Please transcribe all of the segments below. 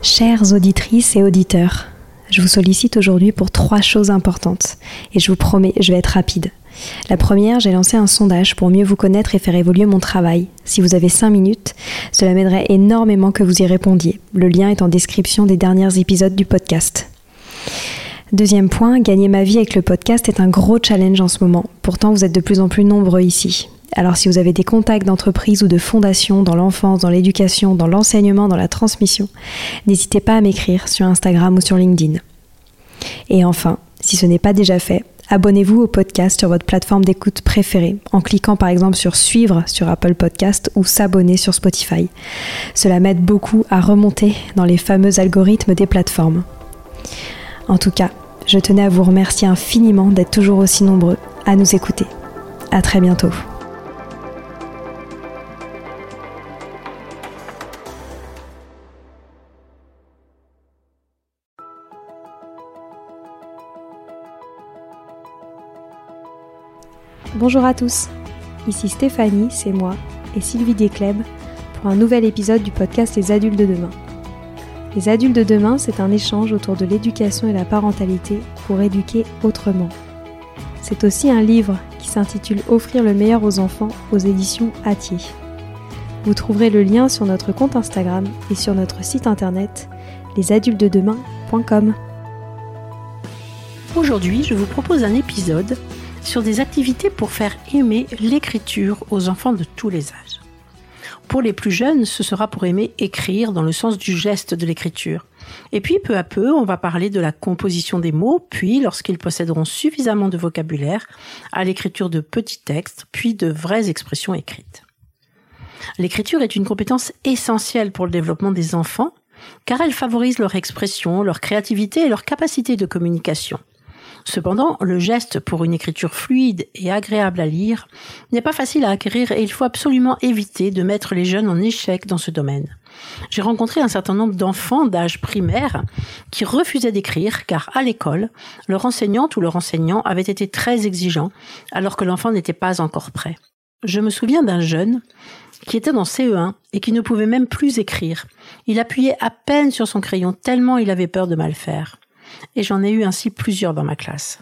Chères auditrices et auditeurs, je vous sollicite aujourd'hui pour 3 choses importantes et je vous promets, je vais être rapide. La première, j'ai lancé un sondage pour mieux vous connaître et faire évoluer mon travail. Si vous avez 5 minutes, cela m'aiderait énormément que vous y répondiez. Le lien est en description des derniers épisodes du podcast. Deuxième point, gagner ma vie avec le podcast est un gros challenge en ce moment. Pourtant, vous êtes de plus en plus nombreux ici. Alors si vous avez des contacts d'entreprises ou de fondations dans l'enfance, dans l'éducation, dans l'enseignement, dans la transmission, n'hésitez pas à m'écrire sur Instagram ou sur LinkedIn. Et enfin, si ce n'est pas déjà fait, abonnez-vous au podcast sur votre plateforme d'écoute préférée en cliquant par exemple sur suivre sur Apple Podcast ou s'abonner sur Spotify. Cela m'aide beaucoup à remonter dans les fameux algorithmes des plateformes. En tout cas, je tenais à vous remercier infiniment d'être toujours aussi nombreux à nous écouter. À très bientôt. Bonjour à tous, ici Stéphanie, c'est moi, et Sylvie Descleb pour un nouvel épisode du podcast Les Adultes de demain. Les Adultes de demain, c'est un échange autour de l'éducation et la parentalité pour éduquer autrement. C'est aussi un livre qui s'intitule Offrir le meilleur aux enfants aux éditions Hatier. Vous trouverez le lien sur notre compte Instagram et sur notre site internet lesadultesdedemain.com. Aujourd'hui, je vous propose un épisode sur des activités pour faire aimer l'écriture aux enfants de tous les âges. Pour les plus jeunes, ce sera pour aimer écrire dans le sens du geste de l'écriture. Et puis, peu à peu, on va parler de la composition des mots, puis, lorsqu'ils posséderont suffisamment de vocabulaire, à l'écriture de petits textes, puis de vraies expressions écrites. L'écriture est une compétence essentielle pour le développement des enfants, car elle favorise leur expression, leur créativité et leur capacité de communication. Cependant, le geste pour une écriture fluide et agréable à lire n'est pas facile à acquérir et il faut absolument éviter de mettre les jeunes en échec dans ce domaine. J'ai rencontré un certain nombre d'enfants d'âge primaire qui refusaient d'écrire car à l'école, leur enseignante ou leur enseignant avait été très exigeant alors que l'enfant n'était pas encore prêt. Je me souviens d'un jeune qui était dans CE1 et qui ne pouvait même plus écrire. Il appuyait à peine sur son crayon tellement il avait peur de mal faire. Et j'en ai eu ainsi plusieurs dans ma classe.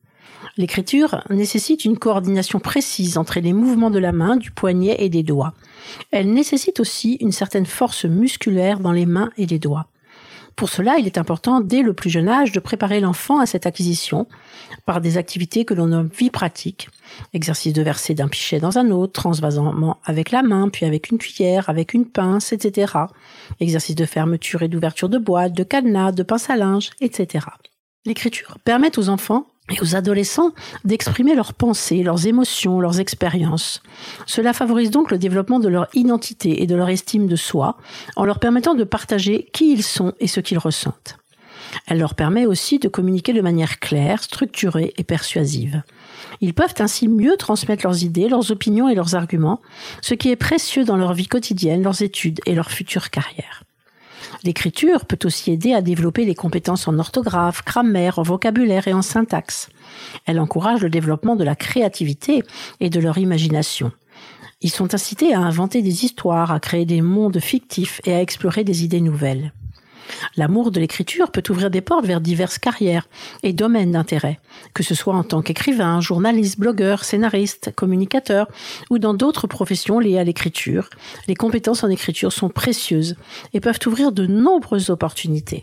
L'écriture nécessite une coordination précise entre les mouvements de la main, du poignet et des doigts. Elle nécessite aussi une certaine force musculaire dans les mains et les doigts. Pour cela, il est important, dès le plus jeune âge, de préparer l'enfant à cette acquisition par des activités que l'on nomme vie pratique. Exercice de verser d'un pichet dans un autre, transvasement avec la main, puis avec une cuillère, avec une pince, etc. Exercice de fermeture et d'ouverture de boîte, de cadenas, de pince à linge, etc. L'écriture permet aux enfants et aux adolescents d'exprimer leurs pensées, leurs émotions, leurs expériences. Cela favorise donc le développement de leur identité et de leur estime de soi, en leur permettant de partager qui ils sont et ce qu'ils ressentent. Elle leur permet aussi de communiquer de manière claire, structurée et persuasive. Ils peuvent ainsi mieux transmettre leurs idées, leurs opinions et leurs arguments, ce qui est précieux dans leur vie quotidienne, leurs études et leur future carrière. L'écriture peut aussi aider à développer les compétences en orthographe, grammaire, en vocabulaire et en syntaxe. Elle encourage le développement de la créativité et de leur imagination. Ils sont incités à inventer des histoires, à créer des mondes fictifs et à explorer des idées nouvelles. L'amour de l'écriture peut ouvrir des portes vers diverses carrières et domaines d'intérêt, que ce soit en tant qu'écrivain, journaliste, blogueur, scénariste, communicateur ou dans d'autres professions liées à l'écriture. Les compétences en écriture sont précieuses et peuvent ouvrir de nombreuses opportunités.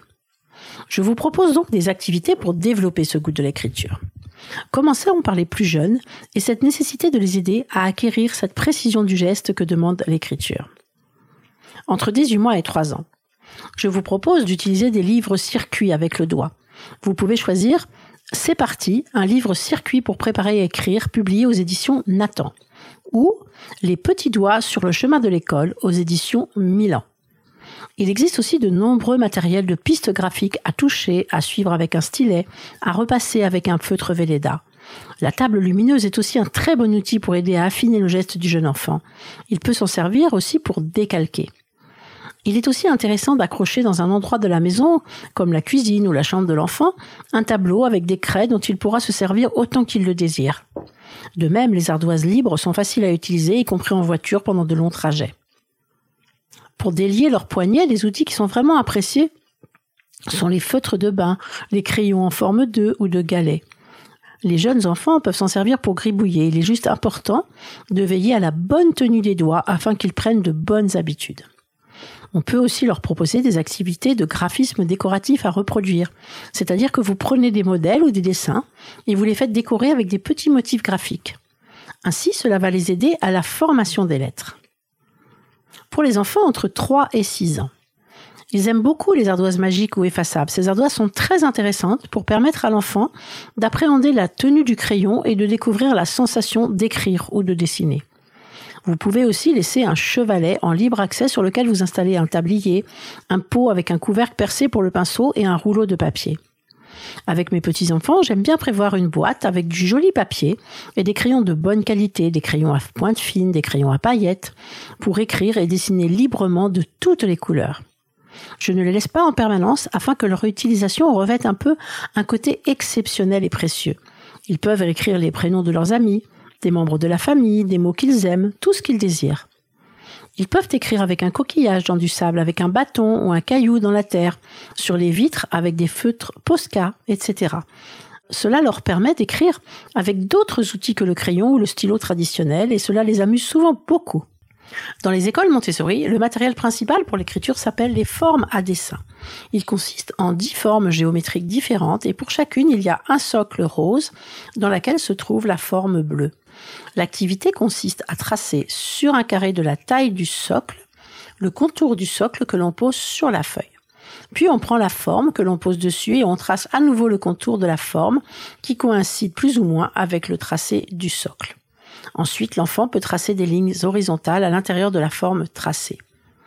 Je vous propose donc des activités pour développer ce goût de l'écriture. Commençons par les plus jeunes et cette nécessité de les aider à acquérir cette précision du geste que demande l'écriture. Entre 18 mois et 3 ans, je vous propose d'utiliser des livres circuits avec le doigt. Vous pouvez choisir C'est parti, un livre circuit pour préparer et écrire, publié aux éditions Nathan, ou Les petits doigts sur le chemin de l'école aux éditions Milan. Il existe aussi de nombreux matériels de pistes graphiques à toucher, à suivre avec un stylet, à repasser avec un feutre Velleda. La table lumineuse est aussi un très bon outil pour aider à affiner le geste du jeune enfant. Il peut s'en servir aussi pour décalquer. Il est aussi intéressant d'accrocher dans un endroit de la maison, comme la cuisine ou la chambre de l'enfant, un tableau avec des craies dont il pourra se servir autant qu'il le désire. De même, les ardoises libres sont faciles à utiliser, y compris en voiture pendant de longs trajets. Pour délier leurs poignets, des outils qui sont vraiment appréciés sont les feutres de bain, les crayons en forme d'œuf ou de galet. Les jeunes enfants peuvent s'en servir pour gribouiller. Il est juste important de veiller à la bonne tenue des doigts afin qu'ils prennent de bonnes habitudes. On peut aussi leur proposer des activités de graphisme décoratif à reproduire. C'est-à-dire que vous prenez des modèles ou des dessins et vous les faites décorer avec des petits motifs graphiques. Ainsi, cela va les aider à la formation des lettres. Pour les enfants entre 3 et 6 ans, ils aiment beaucoup les ardoises magiques ou effaçables. Ces ardoises sont très intéressantes pour permettre à l'enfant d'appréhender la tenue du crayon et de découvrir la sensation d'écrire ou de dessiner. Vous pouvez aussi laisser un chevalet en libre accès sur lequel vous installez un tablier, un pot avec un couvercle percé pour le pinceau et un rouleau de papier. Avec mes petits-enfants, j'aime bien prévoir une boîte avec du joli papier et des crayons de bonne qualité, des crayons à pointe fine, des crayons à paillettes, pour écrire et dessiner librement de toutes les couleurs. Je ne les laisse pas en permanence afin que leur utilisation revête un peu un côté exceptionnel et précieux. Ils peuvent écrire les prénoms de leurs amis, des membres de la famille, des mots qu'ils aiment, tout ce qu'ils désirent. Ils peuvent écrire avec un coquillage dans du sable, avec un bâton ou un caillou dans la terre, sur les vitres avec des feutres Posca, etc. Cela leur permet d'écrire avec d'autres outils que le crayon ou le stylo traditionnel et cela les amuse souvent beaucoup. Dans les écoles Montessori, le matériel principal pour l'écriture s'appelle les formes à dessin. Il consiste en 10 formes géométriques différentes et pour chacune, il y a un socle rose dans lequel se trouve la forme bleue. L'activité consiste à tracer sur un carré de la taille du socle le contour du socle que l'on pose sur la feuille. Puis on prend la forme que l'on pose dessus et on trace à nouveau le contour de la forme qui coïncide plus ou moins avec le tracé du socle. Ensuite, l'enfant peut tracer des lignes horizontales à l'intérieur de la forme tracée.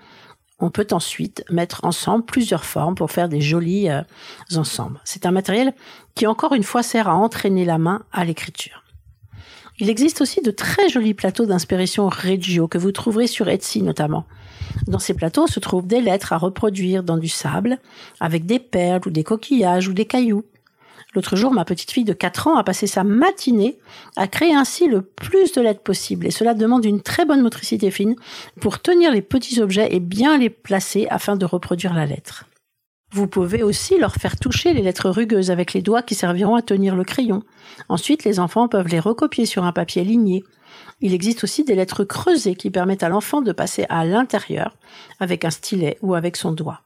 On peut ensuite mettre ensemble plusieurs formes pour faire des jolis ensembles. C'est un matériel qui, encore une fois, sert à entraîner la main à l'écriture. Il existe aussi de très jolis plateaux d'inspiration Reggio que vous trouverez sur Etsy notamment. Dans ces plateaux se trouvent des lettres à reproduire dans du sable, avec des perles ou des coquillages ou des cailloux. L'autre jour, ma petite fille de 4 ans a passé sa matinée à créer ainsi le plus de lettres possible. Et cela demande une très bonne motricité fine pour tenir les petits objets et bien les placer afin de reproduire la lettre. Vous pouvez aussi leur faire toucher les lettres rugueuses avec les doigts qui serviront à tenir le crayon. Ensuite, les enfants peuvent les recopier sur un papier ligné. Il existe aussi des lettres creusées qui permettent à l'enfant de passer à l'intérieur avec un stylet ou avec son doigt.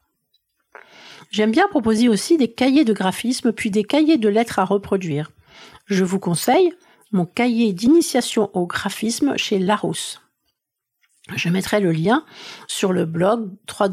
J'aime bien proposer aussi des cahiers de graphisme puis des cahiers de lettres à reproduire. Je vous conseille mon cahier d'initiation au graphisme chez Larousse. Je mettrai le lien sur le blog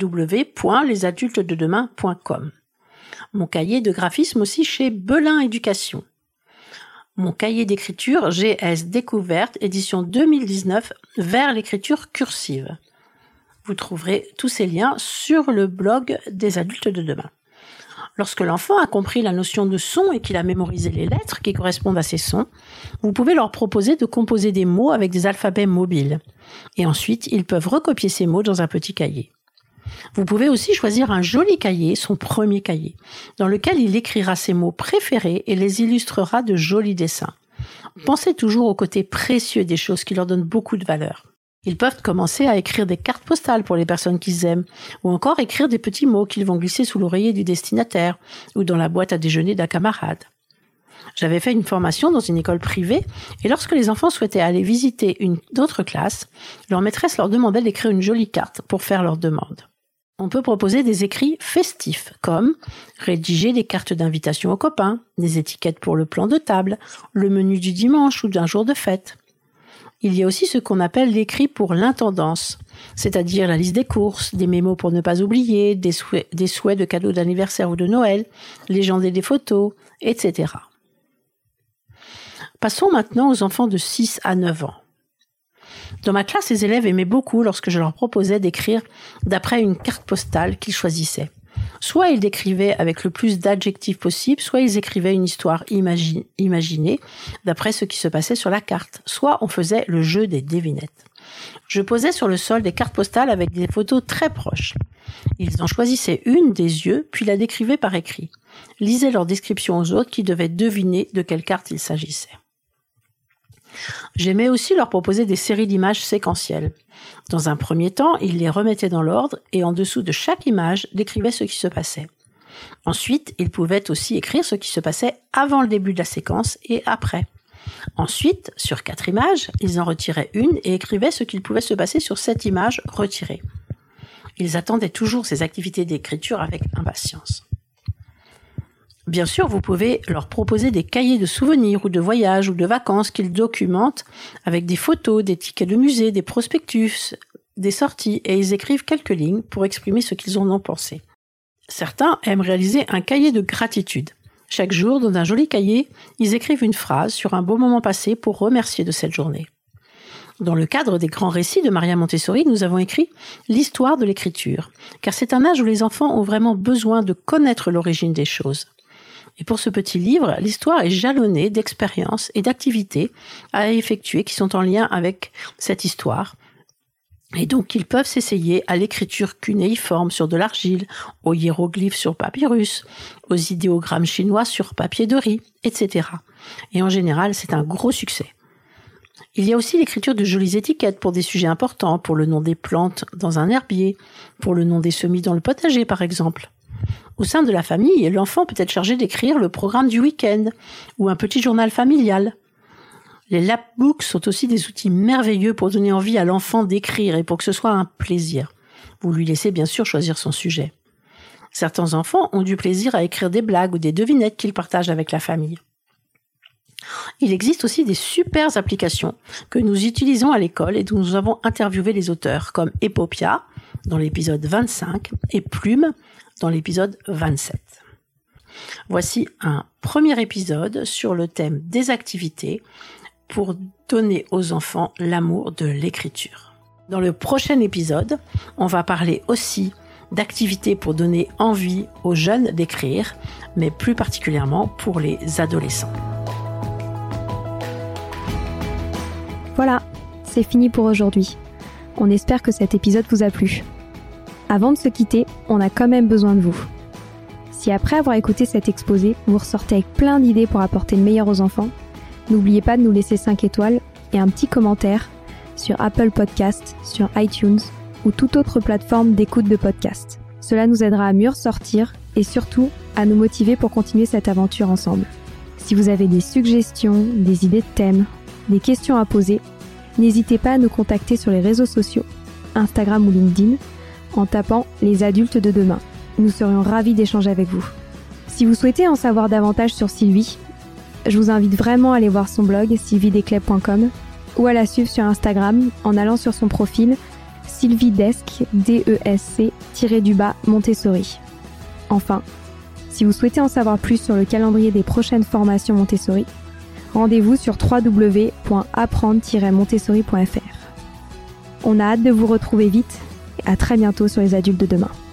www.lesadultesdedemain.com. Mon cahier de graphisme aussi chez Belin Éducation. Mon cahier d'écriture GS Découverte, édition 2019, vers l'écriture cursive. Vous trouverez tous ces liens sur le blog des adultes de demain. Lorsque l'enfant a compris la notion de son et qu'il a mémorisé les lettres qui correspondent à ces sons, vous pouvez leur proposer de composer des mots avec des alphabets mobiles. Et ensuite, ils peuvent recopier ces mots dans un petit cahier. Vous pouvez aussi choisir un joli cahier, son premier cahier, dans lequel il écrira ses mots préférés et les illustrera de jolis dessins. Pensez toujours au côté précieux des choses qui leur donnent beaucoup de valeur. Ils peuvent commencer à écrire des cartes postales pour les personnes qu'ils aiment, ou encore écrire des petits mots qu'ils vont glisser sous l'oreiller du destinataire, ou dans la boîte à déjeuner d'un camarade. J'avais fait une formation dans une école privée, et lorsque les enfants souhaitaient aller visiter une autre classe, leur maîtresse leur demandait d'écrire une jolie carte pour faire leur demande. On peut proposer des écrits festifs, comme rédiger des cartes d'invitation aux copains, des étiquettes pour le plan de table, le menu du dimanche ou d'un jour de fête. Il y a aussi ce qu'on appelle l'écrit pour l'intendance, c'est-à-dire la liste des courses, des mémos pour ne pas oublier, des souhaits de cadeaux d'anniversaire ou de Noël, légender des photos, etc. Passons maintenant aux enfants de 6 à 9 ans. Dans ma classe, les élèves aimaient beaucoup lorsque je leur proposais d'écrire d'après une carte postale qu'ils choisissaient. Soit ils décrivaient avec le plus d'adjectifs possible, soit ils écrivaient une histoire imaginée d'après ce qui se passait sur la carte, soit on faisait le jeu des devinettes. Je posais sur le sol des cartes postales avec des photos très proches. Ils en choisissaient une des yeux, puis la décrivaient par écrit. Lisaient leur description aux autres qui devaient deviner de quelle carte il s'agissait. J'aimais aussi leur proposer des séries d'images séquentielles. Dans un premier temps, ils les remettaient dans l'ordre et en dessous de chaque image, décrivaient ce qui se passait. Ensuite, ils pouvaient aussi écrire ce qui se passait avant le début de la séquence et après. Ensuite, sur 4 images, ils en retiraient une et écrivaient ce qu'il pouvait se passer sur cette image retirée. Ils attendaient toujours ces activités d'écriture avec impatience. Bien sûr, vous pouvez leur proposer des cahiers de souvenirs ou de voyages ou de vacances qu'ils documentent avec des photos, des tickets de musée, des prospectus, des sorties, et ils écrivent quelques lignes pour exprimer ce qu'ils en ont pensé. Certains aiment réaliser un cahier de gratitude. Chaque jour, dans un joli cahier, ils écrivent une phrase sur un beau moment passé pour remercier de cette journée. Dans le cadre des grands récits de Maria Montessori, nous avons écrit l'histoire de l'écriture, car c'est un âge où les enfants ont vraiment besoin de connaître l'origine des choses. Et pour ce petit livre, l'histoire est jalonnée d'expériences et d'activités à effectuer qui sont en lien avec cette histoire. Et donc, ils peuvent s'essayer à l'écriture cunéiforme sur de l'argile, aux hiéroglyphes sur papyrus, aux idéogrammes chinois sur papier de riz, etc. Et en général, c'est un gros succès. Il y a aussi l'écriture de jolies étiquettes pour des sujets importants, pour le nom des plantes dans un herbier, pour le nom des semis dans le potager, par exemple. Au sein de la famille, l'enfant peut être chargé d'écrire le programme du week-end ou un petit journal familial. Les lapbooks sont aussi des outils merveilleux pour donner envie à l'enfant d'écrire et pour que ce soit un plaisir. Vous lui laissez bien sûr choisir son sujet. Certains enfants ont du plaisir à écrire des blagues ou des devinettes qu'ils partagent avec la famille. Il existe aussi des super applications que nous utilisons à l'école et dont nous avons interviewé les auteurs, comme Epopia, dans l'épisode 25, et Plume, dans l'épisode 27. Voici un premier épisode sur le thème des activités pour donner aux enfants l'amour de l'écriture. Dans le prochain épisode, on va parler aussi d'activités pour donner envie aux jeunes d'écrire, mais plus particulièrement pour les adolescents. Voilà, c'est fini pour aujourd'hui. On espère que cet épisode vous a plu. Avant de se quitter, on a quand même besoin de vous. Si après avoir écouté cet exposé, vous ressortez avec plein d'idées pour apporter le meilleur aux enfants, n'oubliez pas de nous laisser 5 étoiles et un petit commentaire sur Apple Podcasts, sur iTunes ou toute autre plateforme d'écoute de podcast. Cela nous aidera à mieux ressortir et surtout à nous motiver pour continuer cette aventure ensemble. Si vous avez des suggestions, des idées de thèmes, des questions à poser, n'hésitez pas à nous contacter sur les réseaux sociaux, Instagram ou LinkedIn, en tapant « Les adultes de demain ». Nous serions ravis d'échanger avec vous. Si vous souhaitez en savoir davantage sur Sylvie, je vous invite vraiment à aller voir son blog sylviedesclés.com ou à la suivre sur Instagram en allant sur son profil sylviedesc, DESC-Montessori. Enfin, si vous souhaitez en savoir plus sur le calendrier des prochaines formations Montessori, rendez-vous sur www.apprendre-montessori.fr. On a hâte de vous retrouver vite et à très bientôt sur les adultes de demain.